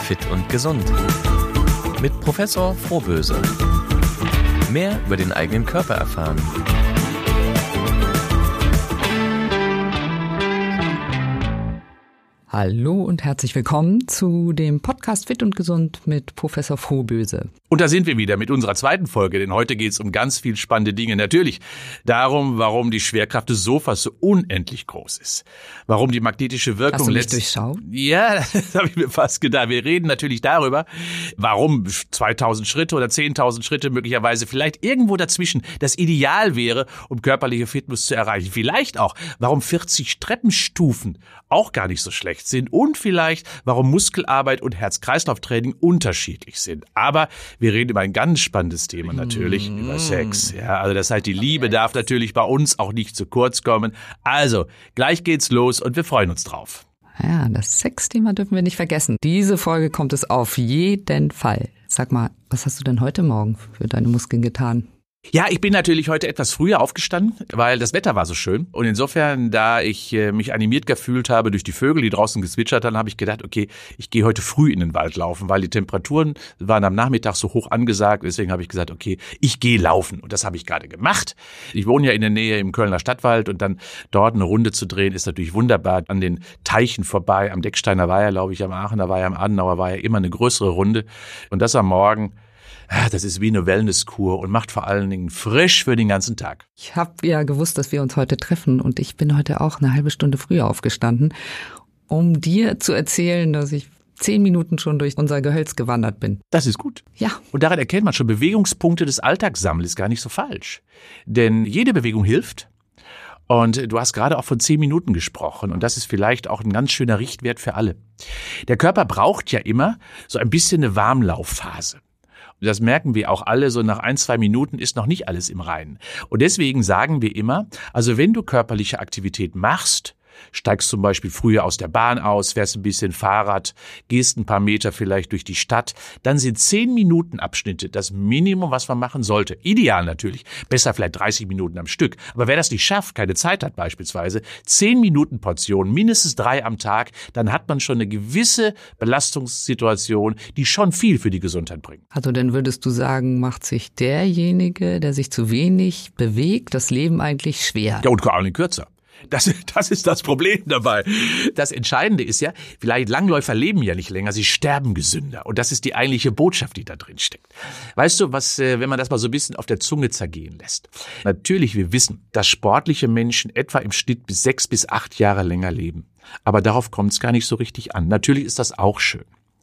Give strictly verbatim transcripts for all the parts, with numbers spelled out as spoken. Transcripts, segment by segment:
Fit und Gesund mit Professor Frohböse. Mehr über den eigenen Körper erfahren. Hallo und herzlich willkommen zu dem Podcast Fit und Gesund mit Professor Frohböse. Und da sind wir wieder mit unserer zweiten Folge, denn heute geht es um ganz viel spannende Dinge. Natürlich darum, warum die Schwerkraft des Sofas so unendlich groß ist. Warum die magnetische Wirkung... Hast du mich durchschaut? Ja, das habe ich mir fast gedacht. Wir reden natürlich darüber, warum zweitausend Schritte oder zehntausend Schritte möglicherweise vielleicht irgendwo dazwischen das Ideal wäre, um körperliche Fitness zu erreichen. Vielleicht auch, warum vierzig Treppenstufen auch gar nicht so schlecht sind und vielleicht, warum Muskelarbeit und Herz-Kreislauf-Training unterschiedlich sind. Aber wir reden über ein ganz spannendes Thema natürlich, mm. über Sex. Ja, also das heißt, die Liebe darf natürlich bei uns auch nicht zu kurz kommen. Also, gleich geht's los und wir freuen uns drauf. Ja, das Sexthema dürfen wir nicht vergessen. Diese Folge kommt es auf jeden Fall. Sag mal, was hast du denn heute Morgen für deine Muskeln getan? Ja, ich bin natürlich heute etwas früher aufgestanden, weil das Wetter war so schön. Und insofern, da ich äh, mich animiert gefühlt habe durch die Vögel, die draußen gezwitschert haben, habe ich gedacht, okay, ich gehe heute früh in den Wald laufen, weil die Temperaturen waren am Nachmittag so hoch angesagt. Deswegen habe ich gesagt, okay, ich gehe laufen. Und das habe ich gerade gemacht. Ich wohne ja in der Nähe im Kölner Stadtwald und dann dort eine Runde zu drehen, ist natürlich wunderbar. An den Teichen vorbei, am Decksteiner Weiher, glaube ich, am Aachener Weiher, am Adenauer Weiher, immer eine größere Runde. Und das am Morgen. Das ist wie eine Wellnesskur und macht vor allen Dingen frisch für den ganzen Tag. Ich habe ja gewusst, dass wir uns heute treffen und ich bin heute auch eine halbe Stunde früher aufgestanden, um dir zu erzählen, dass ich zehn Minuten schon durch unser Gehölz gewandert bin. Das ist gut. Ja. Und daran erkennt man schon, Bewegungspunkte des Alltags sammeln ist gar nicht so falsch. Denn jede Bewegung hilft. Und du hast gerade auch von zehn Minuten gesprochen und das ist vielleicht auch ein ganz schöner Richtwert für alle. Der Körper braucht ja immer so ein bisschen eine Warmlaufphase. Das merken wir auch alle, so nach ein, zwei Minuten ist noch nicht alles im Reinen. Und deswegen sagen wir immer, also wenn du körperliche Aktivität machst, steigst zum Beispiel früher aus der Bahn aus, fährst ein bisschen Fahrrad, gehst ein paar Meter vielleicht durch die Stadt, dann sind zehn Minuten Abschnitte das Minimum, was man machen sollte. Ideal natürlich, besser vielleicht dreißig Minuten am Stück. Aber wer das nicht schafft, keine Zeit hat beispielsweise, zehn Minuten Portion, mindestens drei am Tag, dann hat man schon eine gewisse Belastungssituation, die schon viel für die Gesundheit bringt. Also dann würdest du sagen, macht sich derjenige, der sich zu wenig bewegt, das Leben eigentlich schwer? Ja, und vor allem kürzer. Das, das ist das Problem dabei. Das Entscheidende ist ja, vielleicht Langläufer leben ja nicht länger, sie sterben gesünder. Und das ist die eigentliche Botschaft, die da drin steckt. Weißt du, was, wenn man das mal so ein bisschen auf der Zunge zergehen lässt? Natürlich, wir wissen, dass sportliche Menschen etwa im Schnitt bis sechs bis acht Jahre länger leben. Aber darauf kommt es gar nicht so richtig an. Natürlich ist das auch schön.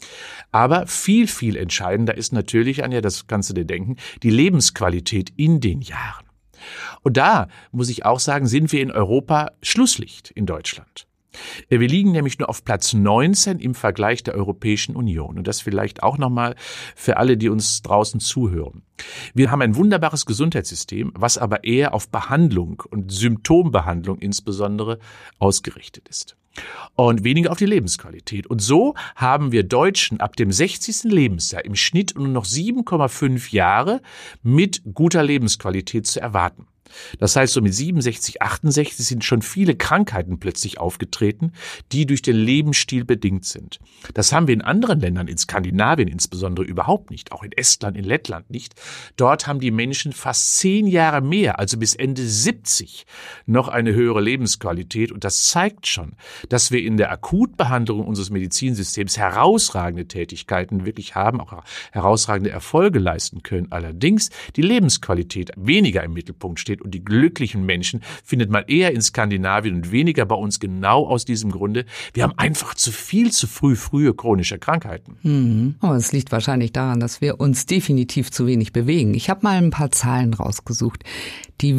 Aber viel, viel entscheidender ist natürlich, Anja, das kannst du dir denken, die Lebensqualität in den Jahren. Und da, muss ich auch sagen, sind wir in Europa Schlusslicht in Deutschland. Wir liegen nämlich nur auf Platz neunzehn im Vergleich der Europäischen Union. Und das vielleicht auch nochmal für alle, die uns draußen zuhören. Wir haben ein wunderbares Gesundheitssystem, was aber eher auf Behandlung und Symptombehandlung insbesondere ausgerichtet ist. Und weniger auf die Lebensqualität. Und so haben wir Deutschen ab dem sechzigsten Lebensjahr im Schnitt nur noch sieben Komma fünf Jahre mit guter Lebensqualität zu erwarten. Das heißt, so mit siebenundsechzig, achtundsechzig sind schon viele Krankheiten plötzlich aufgetreten, die durch den Lebensstil bedingt sind. Das haben wir in anderen Ländern, in Skandinavien insbesondere, überhaupt nicht, auch in Estland, in Lettland nicht. Dort haben die Menschen fast zehn Jahre mehr, also bis Ende siebzig, noch eine höhere Lebensqualität. Und das zeigt schon, dass wir in der Akutbehandlung unseres Medizinsystems herausragende Tätigkeiten wirklich haben, auch herausragende Erfolge leisten können. Allerdings die Lebensqualität weniger im Mittelpunkt steht. Und die glücklichen Menschen findet man eher in Skandinavien und weniger bei uns, genau aus diesem Grunde. Wir haben einfach zu viel, zu früh, frühe chronische Krankheiten. Mhm. Aber es liegt wahrscheinlich daran, dass wir uns definitiv zu wenig bewegen. Ich habe mal ein paar Zahlen rausgesucht. Die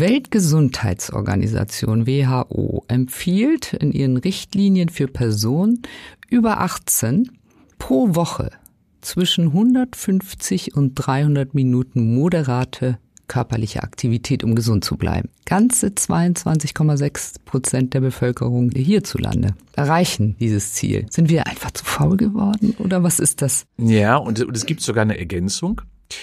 Weltgesundheitsorganisation W H O empfiehlt in ihren Richtlinien für Personen über achtzehn pro Woche zwischen hundertfünfzig und dreihundert Minuten moderate körperliche Aktivität, um gesund zu bleiben. Ganze zweiundzwanzig Komma sechs Prozent der Bevölkerung hierzulande erreichen dieses Ziel. Sind wir einfach zu faul geworden oder was ist das? Ja, und, und es gibt sogar eine Ergänzung.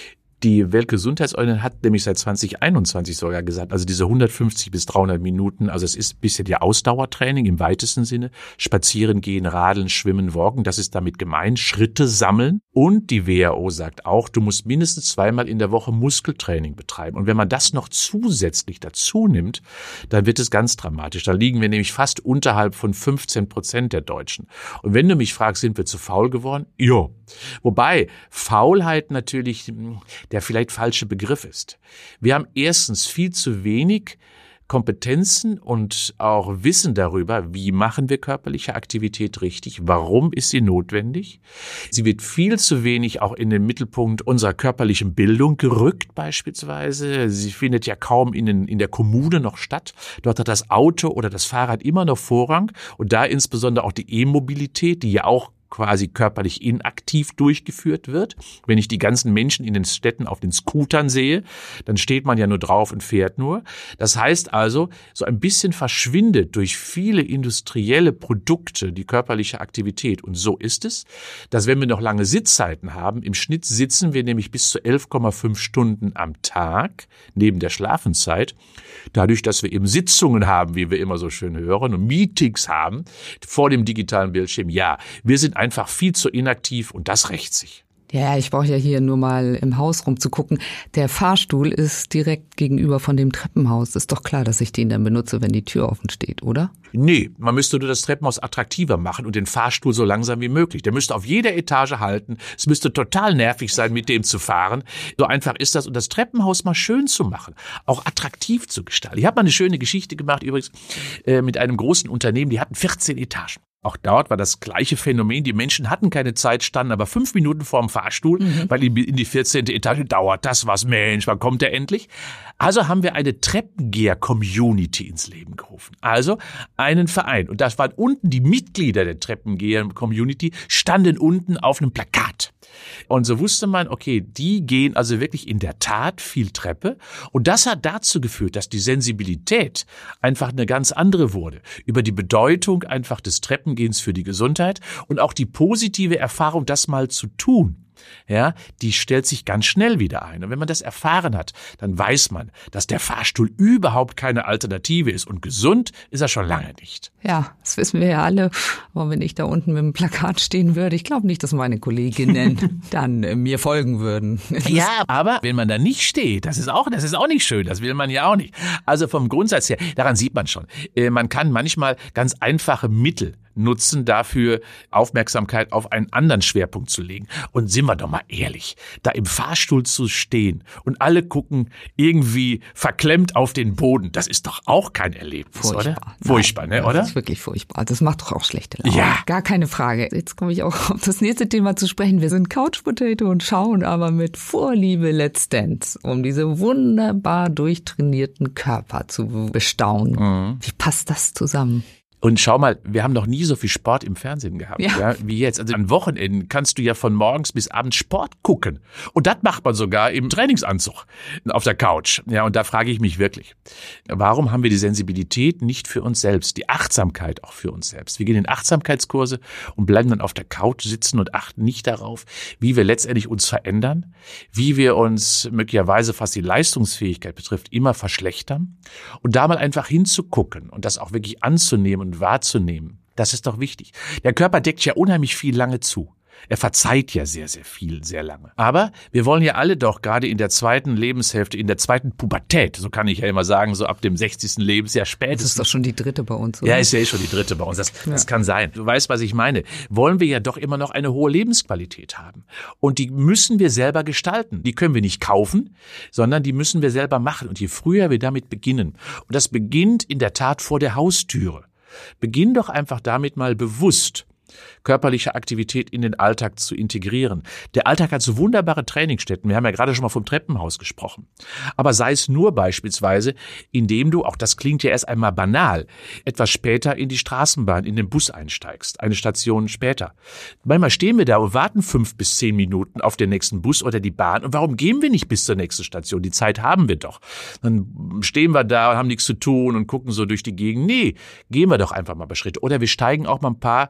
Die Weltgesundheitsorganisation hat nämlich seit zwanzig einundzwanzig sogar gesagt, also diese hundertfünfzig bis dreihundert Minuten, also es ist ein bisschen ja Ausdauertraining im weitesten Sinne, spazieren gehen, radeln, schwimmen, walken, das ist damit gemeint, Schritte sammeln. Und die W H O sagt auch, du musst mindestens zweimal in der Woche Muskeltraining betreiben. Und wenn man das noch zusätzlich dazu nimmt, dann wird es ganz dramatisch. Da liegen wir nämlich fast unterhalb von fünfzehn Prozent der Deutschen. Und wenn du mich fragst, sind wir zu faul geworden? Ja. Wobei Faulheit natürlich der vielleicht falsche Begriff ist. Wir haben erstens viel zu wenig Kompetenzen und auch Wissen darüber, wie machen wir körperliche Aktivität richtig, warum ist sie notwendig. Sie wird viel zu wenig auch in den Mittelpunkt unserer körperlichen Bildung gerückt beispielsweise. Sie findet ja kaum in, den, in der Kommune noch statt. Dort hat das Auto oder das Fahrrad immer noch Vorrang und da insbesondere auch die E-Mobilität, die ja auch quasi körperlich inaktiv durchgeführt wird. Wenn ich die ganzen Menschen in den Städten auf den Scootern sehe, dann steht man ja nur drauf und fährt nur. Das heißt also, so ein bisschen verschwindet durch viele industrielle Produkte die körperliche Aktivität. Und so ist es, dass wenn wir noch lange Sitzzeiten haben, im Schnitt sitzen wir nämlich bis zu elf Komma fünf Stunden am Tag neben der Schlafenszeit. Dadurch, dass wir eben Sitzungen haben, wie wir immer so schön hören, und Meetings haben vor dem digitalen Bildschirm. Ja, wir sind einfach viel zu inaktiv und das rächt sich. Ja, ich brauche ja hier nur mal im Haus rumzugucken. Der Fahrstuhl ist direkt gegenüber von dem Treppenhaus. Ist doch klar, dass ich den dann benutze, wenn die Tür offen steht, oder? Nee, man müsste nur das Treppenhaus attraktiver machen und den Fahrstuhl so langsam wie möglich. Der müsste auf jeder Etage halten. Es müsste total nervig sein, mit dem zu fahren. So einfach ist das. Und das Treppenhaus mal schön zu machen, auch attraktiv zu gestalten. Ich habe mal eine schöne Geschichte gemacht übrigens äh, mit einem großen Unternehmen, die hatten vierzehn Etagen. Auch dort war das gleiche Phänomen. Die Menschen hatten keine Zeit, standen aber fünf Minuten vorm Fahrstuhl, mhm. weil in die vierzehnte Etage dauert das was. Mensch, wann kommt der endlich? Also haben wir eine Treppengeher-Community ins Leben gerufen. Also einen Verein. Und das waren unten die Mitglieder der Treppengeher-Community, standen unten auf einem Plakat. Und so wusste man, okay, die gehen also wirklich in der Tat viel Treppe. Und das hat dazu geführt, dass die Sensibilität einfach eine ganz andere wurde. Über die Bedeutung einfach des Treppengehens für die Gesundheit und auch die positive Erfahrung, das mal zu tun. Ja, die stellt sich ganz schnell wieder ein. Und wenn man das erfahren hat, dann weiß man, dass der Fahrstuhl überhaupt keine Alternative ist. Und gesund ist er schon lange nicht. Ja, das wissen wir ja alle. Aber wenn ich da unten mit dem Plakat stehen würde, ich glaube nicht, dass meine Kolleginnen dann äh, mir folgen würden. Ja, aber wenn man da nicht steht, das ist auch, das ist auch nicht schön. Das will man ja auch nicht. Also vom Grundsatz her, daran sieht man schon. Äh, man kann manchmal ganz einfache Mittel nutzen, dafür Aufmerksamkeit auf einen anderen Schwerpunkt zu legen. Und sind wir doch mal ehrlich, da im Fahrstuhl zu stehen und alle gucken irgendwie verklemmt auf den Boden, das ist doch auch kein Erlebnis, furchtbar. Oder? Nein, furchtbar, ne, oder? Das ist wirklich furchtbar. Das macht doch auch schlechte Laune. Ja. Gar keine Frage. Jetzt komme ich auch auf das nächste Thema zu sprechen. Wir sind Couch Potato und schauen aber mit Vorliebe Let's Dance, um diese wunderbar durchtrainierten Körper zu bestaunen. Mhm. Wie passt das zusammen? Und schau mal, wir haben noch nie so viel Sport im Fernsehen gehabt, ja. Ja, wie jetzt. Also an Wochenenden kannst du ja von morgens bis abends Sport gucken. Und das macht man sogar im Trainingsanzug auf der Couch. Ja, und da frage ich mich wirklich, warum haben wir die Sensibilität nicht für uns selbst, die Achtsamkeit auch für uns selbst? Wir gehen in Achtsamkeitskurse und bleiben dann auf der Couch sitzen und achten nicht darauf, wie wir letztendlich uns verändern, wie wir uns möglicherweise, was die Leistungsfähigkeit betrifft, immer verschlechtern. Und da mal einfach hinzugucken und das auch wirklich anzunehmen und wahrzunehmen. Das ist doch wichtig. Der Körper deckt ja unheimlich viel lange zu. Er verzeiht ja sehr, sehr viel, sehr lange. Aber wir wollen ja alle doch gerade in der zweiten Lebenshälfte, in der zweiten Pubertät, so kann ich ja immer sagen, so ab dem sechzigsten Lebensjahr spätestens. Das ist doch schon die dritte bei uns, oder? Ja, ist ja eh schon die dritte bei uns. Das, ja. das kann sein. Du weißt, was ich meine. Wollen wir ja doch immer noch eine hohe Lebensqualität haben. Und die müssen wir selber gestalten. Die können wir nicht kaufen, sondern die müssen wir selber machen. Und je früher wir damit beginnen, und das beginnt in der Tat vor der Haustüre. Beginn doch einfach damit mal bewusst körperliche Aktivität in den Alltag zu integrieren. Der Alltag hat so wunderbare Trainingsstätten. Wir haben ja gerade schon mal vom Treppenhaus gesprochen. Aber sei es nur beispielsweise, indem du, auch das klingt ja erst einmal banal, etwas später in die Straßenbahn, in den Bus einsteigst, eine Station später. Manchmal stehen wir da und warten fünf bis zehn Minuten auf den nächsten Bus oder die Bahn. Und warum gehen wir nicht bis zur nächsten Station? Die Zeit haben wir doch. Dann stehen wir da und haben nichts zu tun und gucken so durch die Gegend. Nee, gehen wir doch einfach mal bei Schritt. Oder wir steigen auch mal ein paar Stationen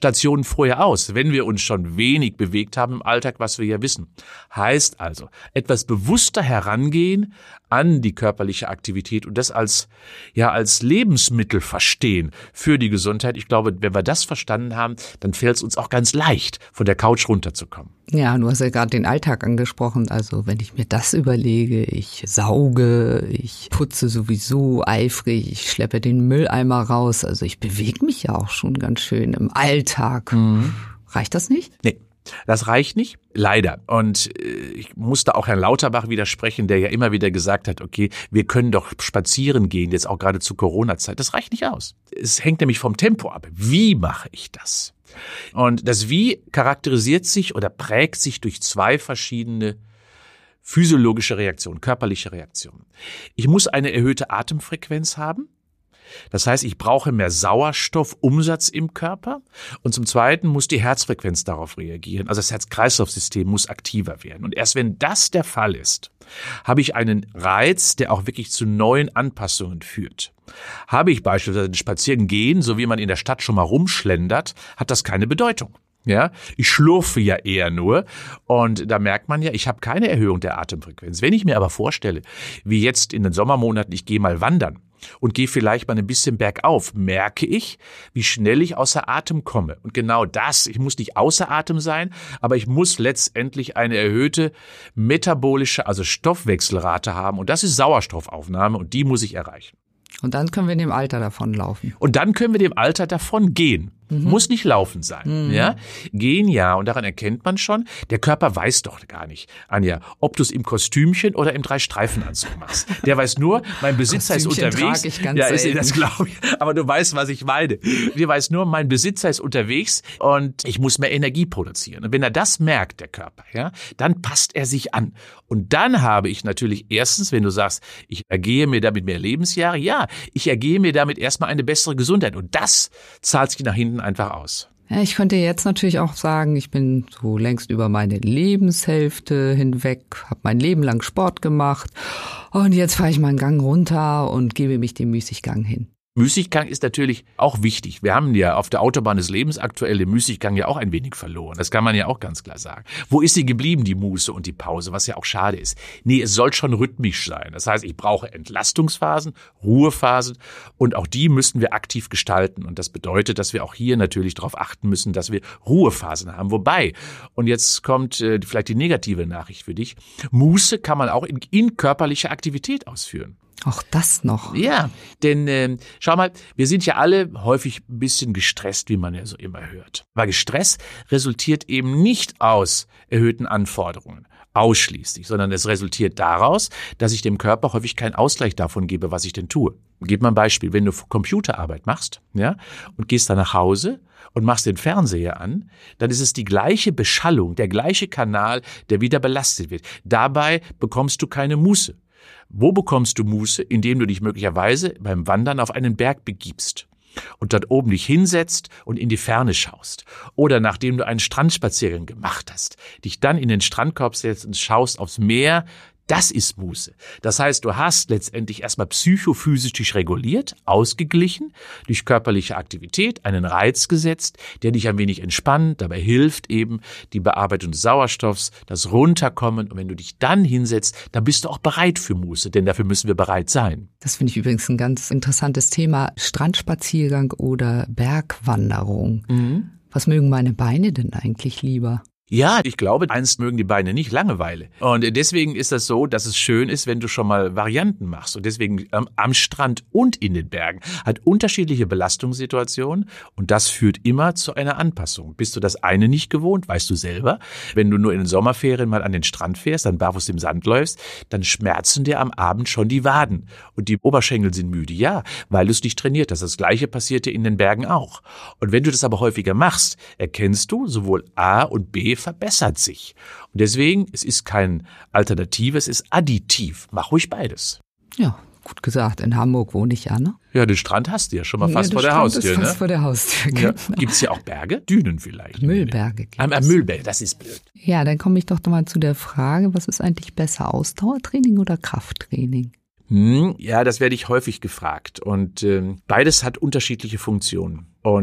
Stationen vorher aus, wenn wir uns schon wenig bewegt haben im Alltag, was wir ja wissen. Heißt also, etwas bewusster herangehen an die körperliche Aktivität und das als, ja, als Lebensmittel verstehen für die Gesundheit. Ich glaube, wenn wir das verstanden haben, dann fällt es uns auch ganz leicht, von der Couch runterzukommen. Ja, du hast ja gerade den Alltag angesprochen. Also wenn ich mir das überlege, ich sauge, ich putze sowieso eifrig, ich schleppe den Mülleimer raus. Also ich bewege mich ja auch schon ganz schön im Alltag. Mhm. Reicht das nicht? Nee. Das reicht nicht, leider. Und äh, ich musste auch Herrn Lauterbach widersprechen, der ja immer wieder gesagt hat, okay, wir können doch spazieren gehen, jetzt auch gerade zur Corona-Zeit. Das reicht nicht aus. Es hängt nämlich vom Tempo ab. Wie mache ich das? Und das Wie charakterisiert sich oder prägt sich durch zwei verschiedene physiologische Reaktionen, körperliche Reaktionen. Ich muss eine erhöhte Atemfrequenz haben. Das heißt, ich brauche mehr Sauerstoffumsatz im Körper und zum Zweiten muss die Herzfrequenz darauf reagieren. Also das Herz-Kreislauf-System muss aktiver werden. Und erst wenn das der Fall ist, habe ich einen Reiz, der auch wirklich zu neuen Anpassungen führt. Habe ich beispielsweise spazieren gehen, so wie man in der Stadt schon mal rumschlendert, hat das keine Bedeutung. Ja, ich schlurfe ja eher nur und da merkt man ja, ich habe keine Erhöhung der Atemfrequenz. Wenn ich mir aber vorstelle, wie jetzt in den Sommermonaten, ich gehe mal wandern und gehe vielleicht mal ein bisschen bergauf, merke ich, wie schnell ich außer Atem komme. Und genau das, ich muss nicht außer Atem sein, aber ich muss letztendlich eine erhöhte metabolische, also Stoffwechselrate haben und das ist Sauerstoffaufnahme und die muss ich erreichen. Und dann können wir dem Alter davonlaufen. Und dann können wir dem Alter davon gehen. Mhm. Muss nicht laufen sein. Mhm. Ja? Gehen ja, und daran erkennt man schon, der Körper weiß doch gar nicht, Anja, ob du es im Kostümchen oder im Drei-Streifen-Anzug machst. Der weiß nur, mein Besitzer ist unterwegs. Trage ich ganz ja, ist, selten. Das glaube ich. Aber du weißt, was ich meine. Der weiß nur, mein Besitzer ist unterwegs und ich muss mehr Energie produzieren. Und wenn er das merkt, der Körper, ja, dann passt er sich an. Und dann habe ich natürlich erstens, wenn du sagst, ich ergehe mir damit mehr Lebensjahre, ja, ich ergehe mir damit erstmal eine bessere Gesundheit. Und das zahlt sich nach hinten einfach aus. Ja, ich könnte jetzt natürlich auch sagen, ich bin so längst über meine Lebenshälfte hinweg, habe mein Leben lang Sport gemacht und jetzt fahre ich mal einen Gang runter und gebe mich dem Müßiggang hin. Müßiggang ist natürlich auch wichtig. Wir haben ja auf der Autobahn des Lebens aktuell den Müßiggang ja auch ein wenig verloren. Das kann man ja auch ganz klar sagen. Wo ist sie geblieben, die Muße und die Pause, was ja auch schade ist? Nee, es soll schon rhythmisch sein. Das heißt, ich brauche Entlastungsphasen, Ruhephasen und auch die müssen wir aktiv gestalten. Und das bedeutet, dass wir auch hier natürlich darauf achten müssen, dass wir Ruhephasen haben. Wobei, und jetzt kommt äh, vielleicht die negative Nachricht für dich, Muße kann man auch in, in körperlicher Aktivität ausführen. Auch das noch. Ja, denn äh, schau mal, wir sind ja alle häufig ein bisschen gestresst, wie man ja so immer hört. Weil Stress resultiert eben nicht aus erhöhten Anforderungen, ausschließlich, sondern es resultiert daraus, dass ich dem Körper häufig keinen Ausgleich davon gebe, was ich denn tue. Gib mal ein Beispiel, wenn du Computerarbeit machst, ja, und gehst dann nach Hause und machst den Fernseher an, dann ist es die gleiche Beschallung, der gleiche Kanal, der wieder belastet wird. Dabei bekommst du keine Muße. Wo bekommst du Muße? Indem du dich möglicherweise beim Wandern auf einen Berg begibst und dort oben dich hinsetzt und in die Ferne schaust. Oder nachdem du einen Strandspaziergang gemacht hast, dich dann in den Strandkorb setzt und schaust aufs Meer. Das ist Muße. Das heißt, du hast letztendlich erstmal psychophysisch dich reguliert, ausgeglichen, durch körperliche Aktivität, einen Reiz gesetzt, der dich ein wenig entspannt, dabei hilft eben die Bearbeitung des Sauerstoffs, das Runterkommen. Und wenn du dich dann hinsetzt, dann bist du auch bereit für Muße, denn dafür müssen wir bereit sein. Das finde ich übrigens ein ganz interessantes Thema. Strandspaziergang oder Bergwanderung. Mhm. Was mögen meine Beine denn eigentlich lieber? Ja, ich glaube, einst mögen die Beine nicht Langeweile. Und deswegen ist das so, dass es schön ist, wenn du schon mal Varianten machst. Und deswegen ähm, am Strand und in den Bergen hat unterschiedliche Belastungssituationen. Und das führt immer zu einer Anpassung. Bist du das eine nicht gewohnt, weißt du selber. Wenn du nur in den Sommerferien mal an den Strand fährst, dann barfuß im Sand läufst, dann schmerzen dir am Abend schon die Waden. Und die Oberschenkel sind müde. Ja, weil du es nicht trainiert hast. Das Gleiche passiert dir in den Bergen auch. Und wenn du das aber häufiger machst, erkennst du sowohl A und B verbessert sich. Und deswegen, es ist kein Alternativ, es ist additiv. Mach ruhig beides. Ja, gut gesagt. In Hamburg wohne ich ja, ne? Ja, den Strand hast du ja schon mal fast ja, vor der Strand Haustür, ist ne? Fast vor der Haustür, genau. Ja. Gibt es ja auch Berge? Dünen vielleicht. Müllberge gibt es. Ah, Müllberge, das ist blöd. Ja, dann komme ich doch mal zu der Frage, was ist eigentlich besser, Ausdauertraining oder Krafttraining? Hm, ja, das werde ich häufig gefragt. Und ähm, beides hat unterschiedliche Funktionen. Und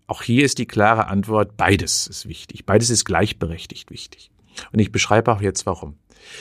Auch hier ist die klare Antwort, beides ist wichtig. Beides ist gleichberechtigt wichtig. Und ich beschreibe auch jetzt, warum.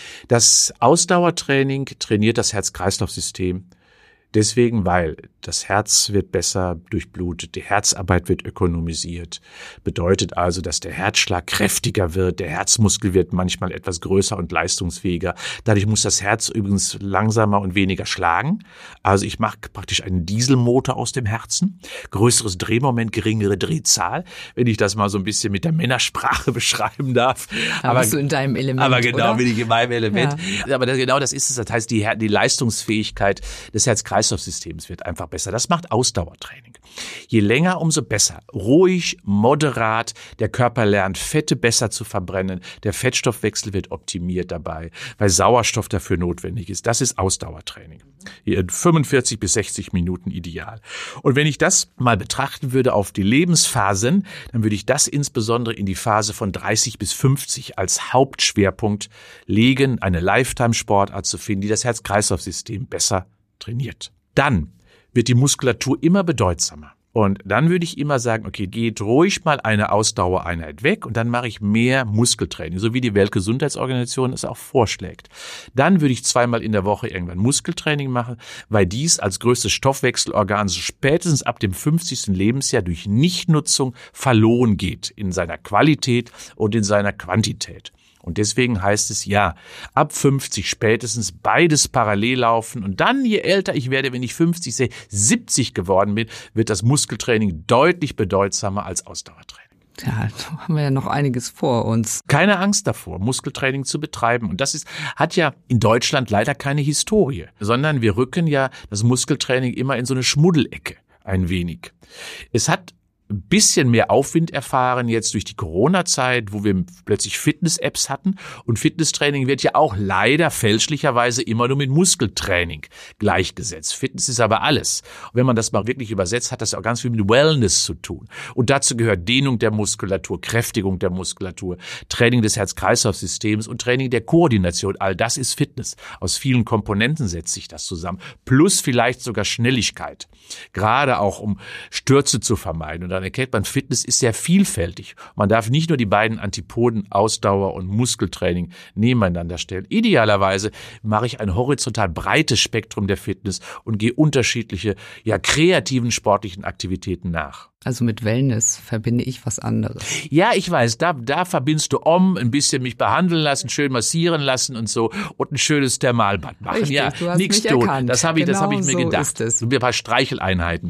Das Ausdauertraining trainiert das Herz-Kreislauf-System. Deswegen, weil das Herz wird besser durchblutet, die Herzarbeit wird ökonomisiert. Bedeutet also, dass der Herzschlag kräftiger wird, der Herzmuskel wird manchmal etwas größer und leistungsfähiger. Dadurch muss das Herz übrigens langsamer und weniger schlagen. Also ich mache praktisch einen Dieselmotor aus dem Herzen. Größeres Drehmoment, geringere Drehzahl, wenn ich das mal so ein bisschen mit der Männersprache beschreiben darf. Da aber bist du in deinem Element, Aber genau, oder? bin ich in meinem Element. Ja. Aber das, genau das ist es. Das heißt, die, die Leistungsfähigkeit des Herz-Kreislauf-Systems wird einfach besser. Das macht Ausdauertraining. Je länger, umso besser. Ruhig, moderat. Der Körper lernt, Fette besser zu verbrennen. Der Fettstoffwechsel wird optimiert dabei, weil Sauerstoff dafür notwendig ist. Das ist Ausdauertraining. Hier in fünfundvierzig bis sechzig Minuten ideal. Und wenn ich das mal betrachten würde auf die Lebensphasen, dann würde ich das insbesondere in die Phase von dreißig bis fünfzig als Hauptschwerpunkt legen, eine Lifetime-Sportart zu finden, die das Herz-Kreislauf-System besser trainiert. Dann wird die Muskulatur immer bedeutsamer. Und dann würde ich immer sagen, okay, geht ruhig mal eine Ausdauereinheit weg und dann mache ich mehr Muskeltraining, so wie die Weltgesundheitsorganisation es auch vorschlägt. Dann würde ich zweimal in der Woche irgendwann Muskeltraining machen, weil dies als größtes Stoffwechselorgan so spätestens ab dem fünfzigsten Lebensjahr durch Nichtnutzung verloren geht in seiner Qualität und in seiner Quantität. Und deswegen heißt es ja, ab fünfzig spätestens beides parallel laufen. Und dann, je älter ich werde, wenn ich fünfzig, siebzig geworden bin, wird das Muskeltraining deutlich bedeutsamer als Ausdauertraining. Ja, da haben wir ja noch einiges vor uns. Keine Angst davor, Muskeltraining zu betreiben. Und das ist, hat ja in Deutschland leider keine Historie, sondern wir rücken ja das Muskeltraining immer in so eine Schmuddelecke ein wenig. Es hat ein bisschen mehr Aufwind erfahren jetzt durch die Corona-Zeit, wo wir plötzlich Fitness-Apps hatten. Und Fitnesstraining wird ja auch leider fälschlicherweise immer nur mit Muskeltraining gleichgesetzt. Fitness ist aber alles. Und wenn man das mal wirklich übersetzt, hat das auch ganz viel mit Wellness zu tun. Und dazu gehört Dehnung der Muskulatur, Kräftigung der Muskulatur, Training des Herz-Kreislauf-Systems und Training der Koordination. All das ist Fitness. Aus vielen Komponenten setzt sich das zusammen. Plus vielleicht sogar Schnelligkeit. Gerade auch, um Stürze zu vermeiden. Und dann erkennt man, Fitness ist sehr vielfältig. Man darf nicht nur die beiden Antipoden Ausdauer und Muskeltraining nebeneinander stellen. Idealerweise mache ich ein horizontal breites Spektrum der Fitness und gehe unterschiedliche, ja kreativen sportlichen Aktivitäten nach. Also mit Wellness verbinde ich was anderes. Ja, ich weiß, da, da verbindest du um, ein bisschen mich behandeln lassen, schön massieren lassen und so und ein schönes Thermalbad machen. Richtig, ja, du hast nichts mich tun. erkannt. Das habe ich, genau das habe ich mir so gedacht. Ist es. So ein paar Streicheleinheiten.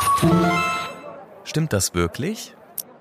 Stimmt das wirklich?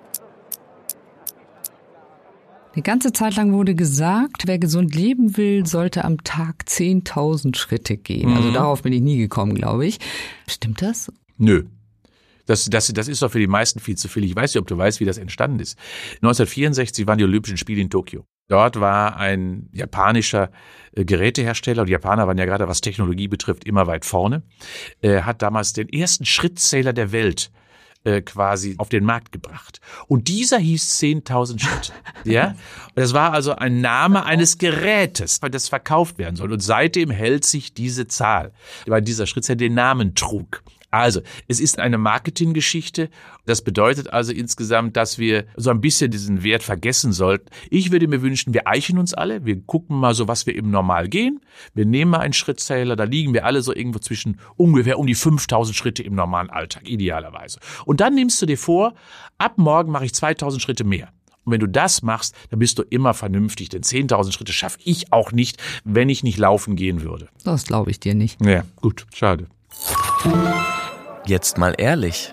Eine ganze Zeit lang wurde gesagt, wer gesund leben will, sollte am Tag zehntausend Schritte gehen. Also Mhm. darauf bin ich nie gekommen, glaube ich. Stimmt das? Nö. Das, das, das ist doch für die meisten viel zu viel. Ich weiß nicht, ob du weißt, wie das entstanden ist. neunzehnhundertvierundsechzig waren die Olympischen Spiele in Tokio. Dort war ein japanischer äh, Gerätehersteller, und die Japaner waren ja gerade, was Technologie betrifft, immer weit vorne, äh, hat damals den ersten Schrittzähler der Welt äh, quasi auf den Markt gebracht. Und dieser hieß zehntausend Schritte. Ja? Und das war also ein Name eines Gerätes, das verkauft werden soll. Und seitdem hält sich diese Zahl, weil dieser Schrittzähler den Namen trug. Also, es ist eine Marketinggeschichte. Das bedeutet also insgesamt, dass wir so ein bisschen diesen Wert vergessen sollten. Ich würde mir wünschen, wir eichen uns alle. Wir gucken mal so, was wir eben normal gehen. Wir nehmen mal einen Schrittzähler. Da liegen wir alle so irgendwo zwischen ungefähr um die fünftausend Schritte im normalen Alltag, idealerweise. Und dann nimmst du dir vor, ab morgen mache ich zweitausend Schritte mehr. Und wenn du das machst, dann bist du immer vernünftig. Denn zehntausend Schritte schaffe ich auch nicht, wenn ich nicht laufen gehen würde. Das glaube ich dir nicht. Ja, gut, schade. Jetzt mal ehrlich.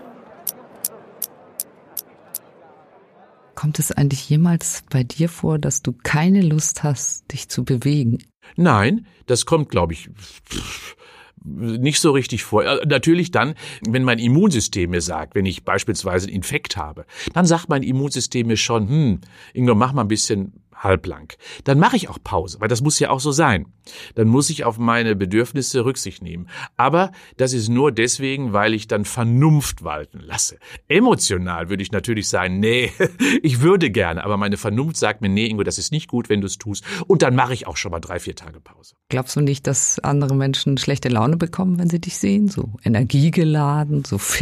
Kommt es eigentlich jemals bei dir vor, dass du keine Lust hast, dich zu bewegen? Nein, das kommt, glaube ich, nicht so richtig vor. Natürlich dann, wenn mein Immunsystem mir sagt, wenn ich beispielsweise einen Infekt habe, dann sagt mein Immunsystem mir schon, hm, Ingo, mach mal ein bisschen halblang. Dann mache ich auch Pause, weil das muss ja auch so sein. Dann muss ich auf meine Bedürfnisse Rücksicht nehmen. Aber das ist nur deswegen, weil ich dann Vernunft walten lasse. Emotional würde ich natürlich sagen, nee, ich würde gerne, aber meine Vernunft sagt mir, nee, Ingo, das ist nicht gut, wenn du es tust. Und dann mache ich auch schon mal drei, vier Tage Pause. Glaubst du nicht, dass andere Menschen schlechte Laune bekommen, wenn sie dich sehen? So energiegeladen, so fit?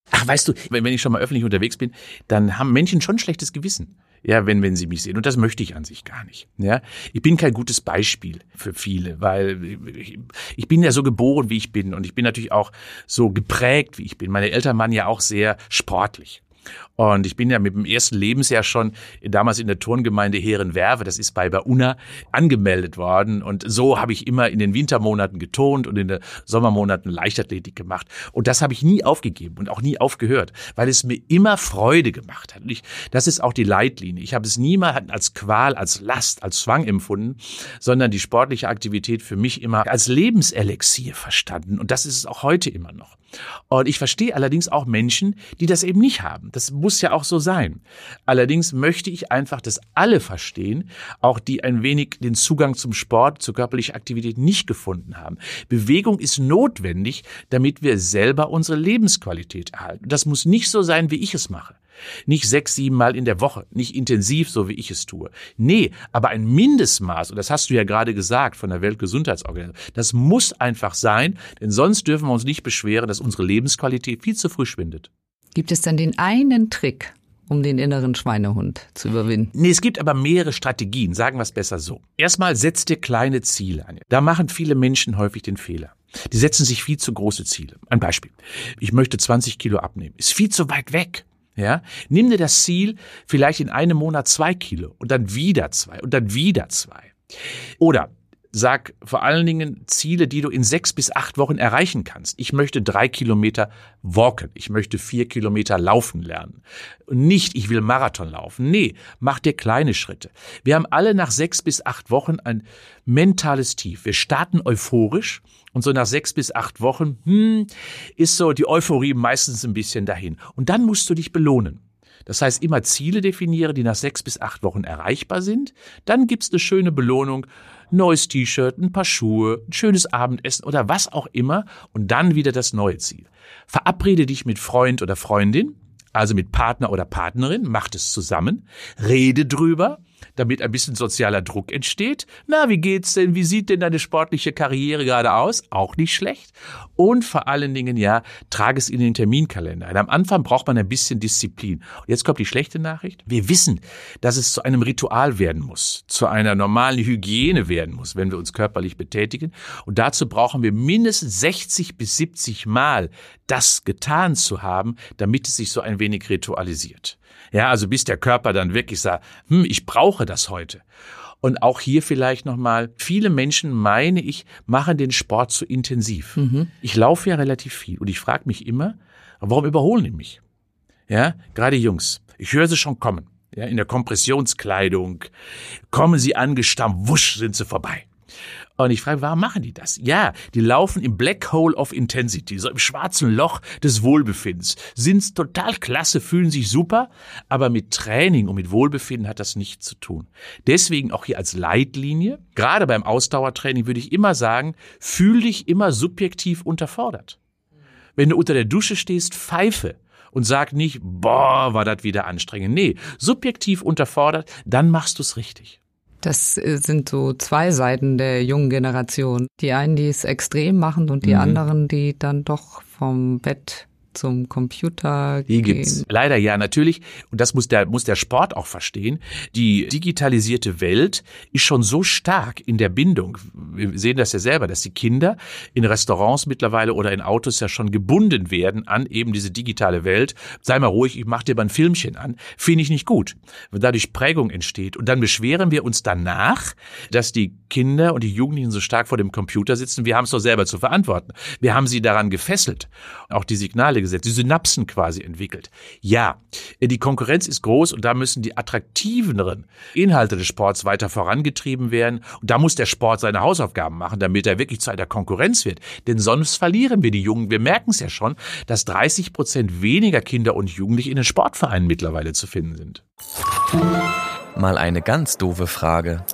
Ach, weißt du, wenn ich schon mal öffentlich unterwegs bin, dann haben Menschen schon schlechtes Gewissen. Ja, wenn, wenn sie mich sehen. Und das möchte ich an sich gar nicht. Ja, ich bin kein gutes Beispiel für viele, weil ich, ich bin ja so geboren, wie ich bin. Und ich bin natürlich auch so geprägt, wie ich bin. Meine Eltern waren ja auch sehr sportlich. Und ich bin ja mit dem ersten Lebensjahr schon damals in der Turngemeinde Herrenwerve, das ist bei Unna, angemeldet worden. Und so habe ich immer in den Wintermonaten geturnt und in den Sommermonaten Leichtathletik gemacht. Und das habe ich nie aufgegeben und auch nie aufgehört, weil es mir immer Freude gemacht hat. Und ich, das ist auch die Leitlinie. Ich habe es niemals als Qual, als Last, als Zwang empfunden, sondern die sportliche Aktivität für mich immer als Lebenselixier verstanden. Und das ist es auch heute immer noch. Und ich verstehe allerdings auch Menschen, die das eben nicht haben. Das muss ja auch so sein. Allerdings möchte ich einfach, dass alle verstehen, auch die ein wenig den Zugang zum Sport, zur körperlichen Aktivität nicht gefunden haben. Bewegung ist notwendig, damit wir selber unsere Lebensqualität erhalten. Das muss nicht so sein, wie ich es mache. Nicht sechs, sieben Mal in der Woche, nicht intensiv, so wie ich es tue. Nee, aber ein Mindestmaß, und das hast du ja gerade gesagt von der Weltgesundheitsorganisation, das muss einfach sein, denn sonst dürfen wir uns nicht beschweren, dass unsere Lebensqualität viel zu früh schwindet. Gibt es denn den einen Trick, um den inneren Schweinehund zu überwinden? Nee, es gibt aber mehrere Strategien, sagen wir es besser so. Erstmal setz dir kleine Ziele an. Da machen viele Menschen häufig den Fehler. Die setzen sich viel zu große Ziele. Ein Beispiel. Ich möchte zwanzig Kilo abnehmen. Ist viel zu weit weg. Ja, nimm dir das Ziel, vielleicht in einem Monat zwei Kilo und dann wieder zwei und dann wieder zwei. Oder sag vor allen Dingen Ziele, die du in sechs bis acht Wochen erreichen kannst. Ich möchte drei Kilometer walken. Ich möchte vier Kilometer laufen lernen. Und nicht, ich will Marathon laufen. Nee, mach dir kleine Schritte. Wir haben alle nach sechs bis acht Wochen ein mentales Tief. Wir starten euphorisch und so nach sechs bis acht Wochen hm, ist so die Euphorie meistens ein bisschen dahin. Und dann musst du dich belohnen. Das heißt, immer Ziele definiere, die nach sechs bis acht Wochen erreichbar sind. Dann gibt's eine schöne Belohnung, neues T-Shirt, ein paar Schuhe, ein schönes Abendessen oder was auch immer. Und dann wieder das neue Ziel. Verabrede dich mit Freund oder Freundin, also mit Partner oder Partnerin, macht es zusammen, rede drüber, damit ein bisschen sozialer Druck entsteht. Na, wie geht's denn? Wie sieht denn deine sportliche Karriere gerade aus? Auch nicht schlecht. Und vor allen Dingen, ja, trage es in den Terminkalender ein. Am Anfang braucht man ein bisschen Disziplin. Und jetzt kommt die schlechte Nachricht. Wir wissen, dass es zu einem Ritual werden muss, zu einer normalen Hygiene werden muss, wenn wir uns körperlich betätigen. Und dazu brauchen wir mindestens sechzig bis siebzig Mal das getan zu haben, damit es sich so ein wenig ritualisiert. Ja, also bis der Körper dann wirklich sagt, hm, ich brauche das heute. Und auch hier vielleicht nochmal, viele Menschen, meine ich, machen den Sport zu intensiv. Mhm. Ich laufe ja relativ viel und ich frage mich immer, warum überholen die mich? Ja, gerade Jungs, ich höre sie schon kommen. Ja, in der Kompressionskleidung, kommen sie angestampft, wusch, sind sie vorbei. Und ich frage, warum machen die das? Ja, die laufen im Black Hole of Intensity, so im schwarzen Loch des Wohlbefindens. Sind total klasse, fühlen sich super, aber mit Training und mit Wohlbefinden hat das nichts zu tun. Deswegen auch hier als Leitlinie, gerade beim Ausdauertraining würde ich immer sagen, fühl dich immer subjektiv unterfordert. Wenn du unter der Dusche stehst, pfeife. Und sag nicht, boah, war das wieder anstrengend. Nee, subjektiv unterfordert, dann machst du es richtig. Das sind so zwei Seiten der jungen Generation. Die einen, die es extrem machen und die mhm. anderen, die dann doch vom Bett zum Computer die gehen. Gibt's leider ja natürlich, und das muss der muss der Sport auch verstehen, die digitalisierte Welt ist schon so stark in der Bindung. Wir sehen das ja selber, dass die Kinder in Restaurants mittlerweile oder in Autos ja schon gebunden werden an eben diese digitale Welt. Sei mal ruhig, ich mach dir mal ein Filmchen an. Finde ich nicht gut, wenn dadurch Prägung entsteht. Und dann beschweren wir uns danach, dass die Kinder und die Jugendlichen so stark vor dem Computer sitzen. Wir haben es doch selber zu verantworten. Wir haben sie daran gefesselt, auch die Signale gesetzt, die Synapsen quasi entwickelt. Ja, die Konkurrenz ist groß und da müssen die attraktiveren Inhalte des Sports weiter vorangetrieben werden. Und da muss der Sport seine Hausaufgaben machen, damit er wirklich zu einer Konkurrenz wird. Denn sonst verlieren wir die Jungen. Wir merken es ja schon, dass dreißig Prozent weniger Kinder und Jugendliche in den Sportvereinen mittlerweile zu finden sind. Mal eine ganz doofe Frage.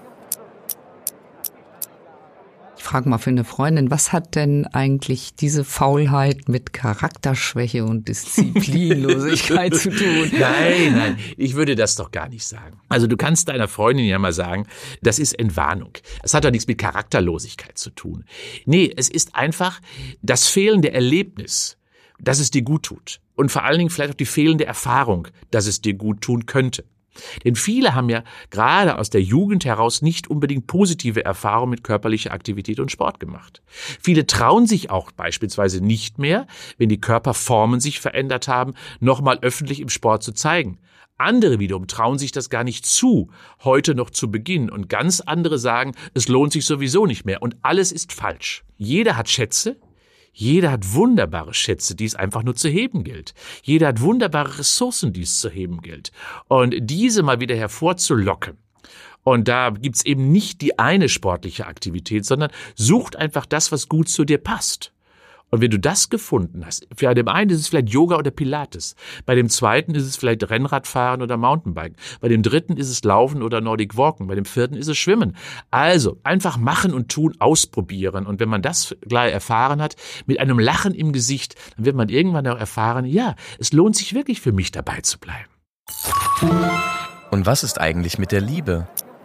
Ich frage mal für eine Freundin, was hat denn eigentlich diese Faulheit mit Charakterschwäche und Disziplinlosigkeit zu tun? Nein, nein, ich würde das doch gar nicht sagen. Also du kannst deiner Freundin ja mal sagen, das ist Entwarnung. Es hat doch nichts mit Charakterlosigkeit zu tun. Nee, es ist einfach das fehlende Erlebnis, dass es dir gut tut. Und vor allen Dingen vielleicht auch die fehlende Erfahrung, dass es dir gut tun könnte. Denn viele haben ja gerade aus der Jugend heraus nicht unbedingt positive Erfahrungen mit körperlicher Aktivität und Sport gemacht. Viele trauen sich auch beispielsweise nicht mehr, wenn die Körperformen sich verändert haben, nochmal öffentlich im Sport zu zeigen. Andere wiederum trauen sich das gar nicht zu, heute noch zu beginnen. Und ganz andere sagen, es lohnt sich sowieso nicht mehr. Und alles ist falsch. Jeder hat Schätze. Jeder hat wunderbare Schätze, die es einfach nur zu heben gilt. Jeder hat wunderbare Ressourcen, die es zu heben gilt. Und diese mal wieder hervorzulocken. Und da gibt's eben nicht die eine sportliche Aktivität, sondern sucht einfach das, was gut zu dir passt. Und wenn du das gefunden hast, für dem einen ist es vielleicht Yoga oder Pilates, bei dem zweiten ist es vielleicht Rennradfahren oder Mountainbiken, bei dem dritten ist es Laufen oder Nordic Walken, bei dem vierten ist es Schwimmen. Also einfach machen und tun, ausprobieren. Und wenn man das gleich erfahren hat, mit einem Lachen im Gesicht, dann wird man irgendwann auch erfahren, ja, es lohnt sich wirklich für mich dabei zu bleiben. Und was ist eigentlich mit der Liebe?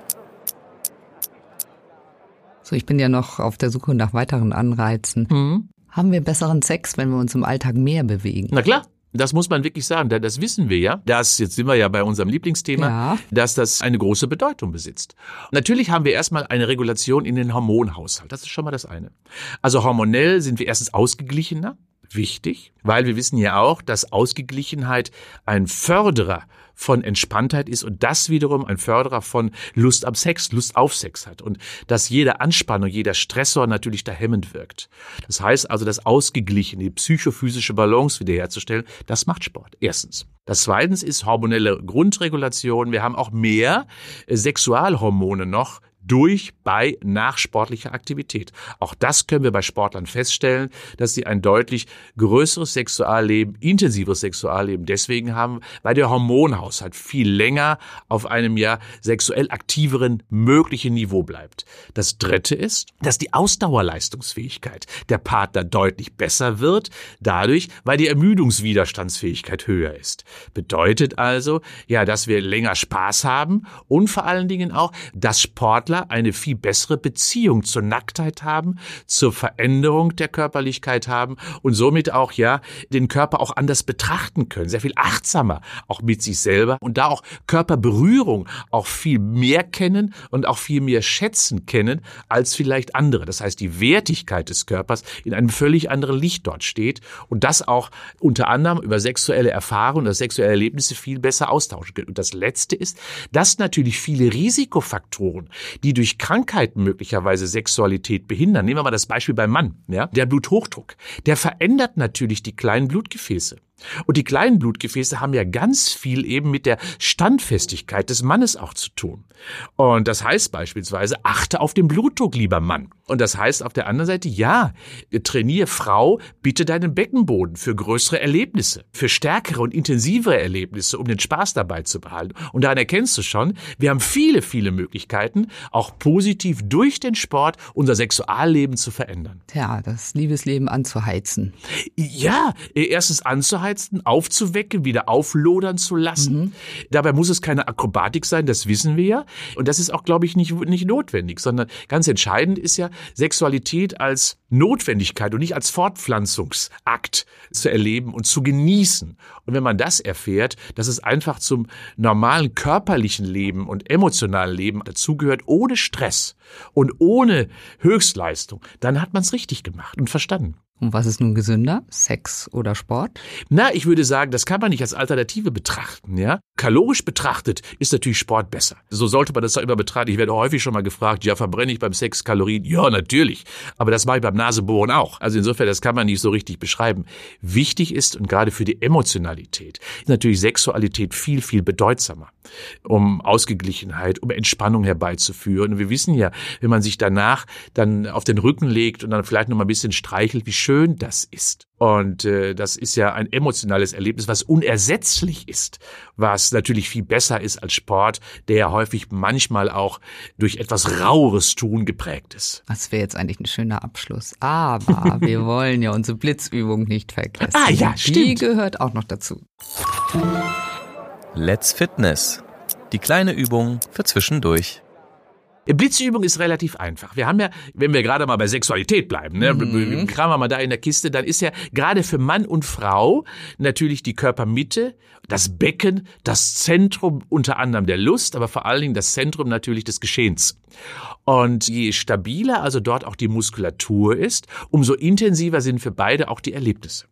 So, ich bin ja noch auf der Suche nach weiteren Anreizen. Mhm. Haben wir besseren Sex, wenn wir uns im Alltag mehr bewegen? Na klar. Das muss man wirklich sagen, denn das wissen wir ja, dass, jetzt sind wir ja bei unserem Lieblingsthema, ja. dass das eine große Bedeutung besitzt. Natürlich haben wir erstmal eine Regulation in den Hormonhaushalt, das ist schon mal das eine. Also hormonell sind wir erstens ausgeglichener, wichtig, weil wir wissen ja auch, dass Ausgeglichenheit ein Förderer von Entspanntheit ist und das wiederum ein Förderer von Lust am Sex, Lust auf Sex hat und dass jede Anspannung, jeder Stressor natürlich da hemmend wirkt. Das heißt also, das Ausgeglichene, die psychophysische Balance wiederherzustellen, das macht Sport. Erstens. Das zweitens ist hormonelle Grundregulation. Wir haben auch mehr Sexualhormone noch durch, bei, nach sportlicher Aktivität. Auch das können wir bei Sportlern feststellen, dass sie ein deutlich größeres Sexualleben, intensiveres Sexualleben deswegen haben, weil der Hormonhaushalt viel länger auf einem ja sexuell aktiveren möglichen Niveau bleibt. Das Dritte ist, dass die Ausdauerleistungsfähigkeit der Partner deutlich besser wird, dadurch, weil die Ermüdungswiderstandsfähigkeit höher ist. Bedeutet also, ja, dass wir länger Spaß haben und vor allen Dingen auch, dass Sportler eine viel bessere Beziehung zur Nacktheit haben, zur Veränderung der Körperlichkeit haben und somit auch ja den Körper auch anders betrachten können, sehr viel achtsamer auch mit sich selber und da auch Körperberührung auch viel mehr kennen und auch viel mehr schätzen kennen als vielleicht andere. Das heißt, die Wertigkeit des Körpers in einem völlig anderen Licht dort steht und das auch unter anderem über sexuelle Erfahrungen oder sexuelle Erlebnisse viel besser austauschen können. Und das Letzte ist, dass natürlich viele Risikofaktoren, die durch Krankheiten möglicherweise Sexualität behindern. Nehmen wir mal das Beispiel beim Mann. Ja? Der Bluthochdruck, der verändert natürlich die kleinen Blutgefäße. Und die kleinen Blutgefäße haben ja ganz viel eben mit der Standfestigkeit des Mannes auch zu tun. Und das heißt beispielsweise, achte auf den Blutdruck, lieber Mann. Und das heißt auf der anderen Seite, ja, trainiere Frau bitte deinen Beckenboden für größere Erlebnisse, für stärkere und intensivere Erlebnisse, um den Spaß dabei zu behalten. Und daran erkennst du schon, wir haben viele, viele Möglichkeiten, auch positiv durch den Sport unser Sexualleben zu verändern. Ja, das Liebesleben anzuheizen. Ja, erstens anzuheizen, aufzuwecken, wieder auflodern zu lassen. Mhm. Dabei muss es keine Akrobatik sein, das wissen wir ja. Und das ist auch, glaube ich, nicht, nicht notwendig, sondern ganz entscheidend ist ja, Sexualität als Notwendigkeit und nicht als Fortpflanzungsakt zu erleben und zu genießen. Und wenn man das erfährt, dass es einfach zum normalen körperlichen Leben und emotionalen Leben dazugehört, ohne Stress und ohne Höchstleistung, dann hat man es richtig gemacht und verstanden. Und was ist nun gesünder? Sex oder Sport? Na, ich würde sagen, das kann man nicht als Alternative betrachten, ja. Kalorisch betrachtet ist natürlich Sport besser. So sollte man das doch immer betrachten. Ich werde häufig schon mal gefragt, ja, verbrenne ich beim Sex Kalorien? Ja, natürlich. Aber das mache ich beim Nasebohren auch. Also insofern, das kann man nicht so richtig beschreiben. Wichtig ist, und gerade für die Emotionalität, ist natürlich Sexualität viel, viel bedeutsamer. Um Ausgeglichenheit, um Entspannung herbeizuführen. Und wir wissen ja, wenn man sich danach dann auf den Rücken legt und dann vielleicht noch mal ein bisschen streichelt, wie schön das ist. Und äh, das ist ja ein emotionales Erlebnis, was unersetzlich ist, was natürlich viel besser ist als Sport, der ja häufig manchmal auch durch etwas raueres Tun geprägt ist. Das wäre jetzt eigentlich ein schöner Abschluss. Aber wir wollen ja unsere Blitzübung nicht vergessen. Ah ja, stimmt. Die gehört auch noch dazu. Let's Fitness. Die kleine Übung für zwischendurch. Blitzübung ist relativ einfach. Wir haben ja, wenn wir gerade mal bei Sexualität bleiben, ne, mhm. kramen wir mal da in der Kiste, dann ist ja gerade für Mann und Frau natürlich die Körpermitte, das Becken, das Zentrum unter anderem der Lust, aber vor allen Dingen das Zentrum natürlich des Geschehens. Und je stabiler also dort auch die Muskulatur ist, umso intensiver sind für beide auch die Erlebnisse.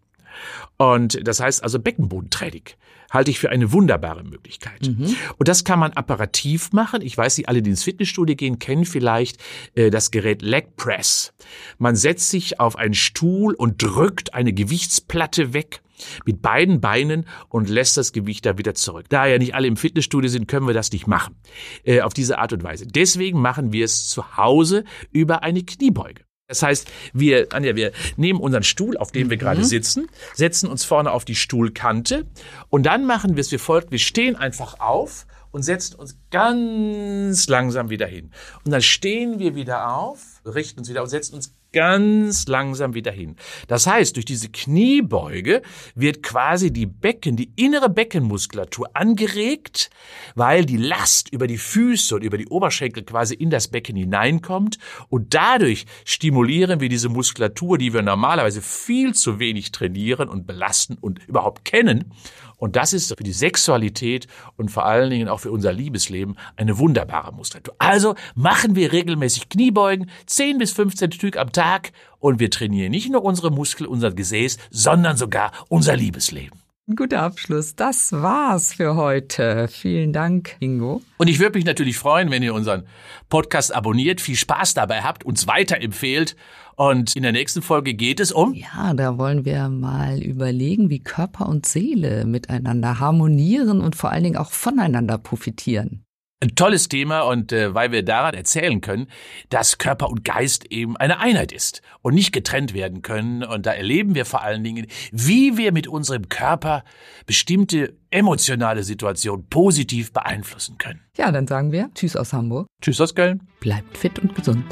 Und das heißt also Beckenbodentraining halte ich für eine wunderbare Möglichkeit. Mhm. Und das kann man apparativ machen. Ich weiß, Sie alle, die ins Fitnessstudio gehen, kennen vielleicht äh, das Gerät Leg Press. Man setzt sich auf einen Stuhl und drückt eine Gewichtsplatte weg mit beiden Beinen und lässt das Gewicht da wieder zurück. Da ja nicht alle im Fitnessstudio sind, können wir das nicht machen. Äh, auf diese Art und Weise. Deswegen machen wir es zu Hause über eine Kniebeuge. Das heißt, wir, Anja, wir nehmen unseren Stuhl, auf dem wir mhm. gerade sitzen, setzen uns vorne auf die Stuhlkante und dann machen wir es wie folgt. Wir stehen einfach auf und setzen uns ganz langsam wieder hin. Und dann stehen wir wieder auf, richten uns wieder und setzen uns ganz langsam wieder hin. Das heißt, durch diese Kniebeuge wird quasi die Becken, die innere Beckenmuskulatur angeregt, weil die Last über die Füße und über die Oberschenkel quasi in das Becken hineinkommt und dadurch stimulieren wir diese Muskulatur, die wir normalerweise viel zu wenig trainieren und belasten und überhaupt kennen. Und das ist für die Sexualität und vor allen Dingen auch für unser Liebesleben eine wunderbare Muskulatur. Also machen wir regelmäßig Kniebeugen, zehn bis fünfzehn Stück am Tag und wir trainieren nicht nur unsere Muskeln, unser Gesäß, sondern sogar unser Liebesleben. Ein guter Abschluss. Das war's für heute. Vielen Dank, Ingo. Und ich würde mich natürlich freuen, wenn ihr unseren Podcast abonniert, viel Spaß dabei habt, uns weiterempfehlt. Und in der nächsten Folge geht es um... Ja, da wollen wir mal überlegen, wie Körper und Seele miteinander harmonieren und vor allen Dingen auch voneinander profitieren. Ein tolles Thema und äh, weil wir daran erzählen können, dass Körper und Geist eben eine Einheit ist und nicht getrennt werden können. Und da erleben wir vor allen Dingen, wie wir mit unserem Körper bestimmte emotionale Situationen positiv beeinflussen können. Ja, dann sagen wir Tschüss aus Hamburg. Tschüss aus Köln. Bleibt fit und gesund.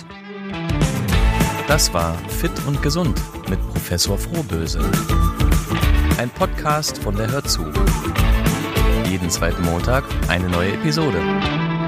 Das war Fit und Gesund mit Professor Frohböse. Ein Podcast von der Hörzu. Jeden zweiten Montag eine neue Episode.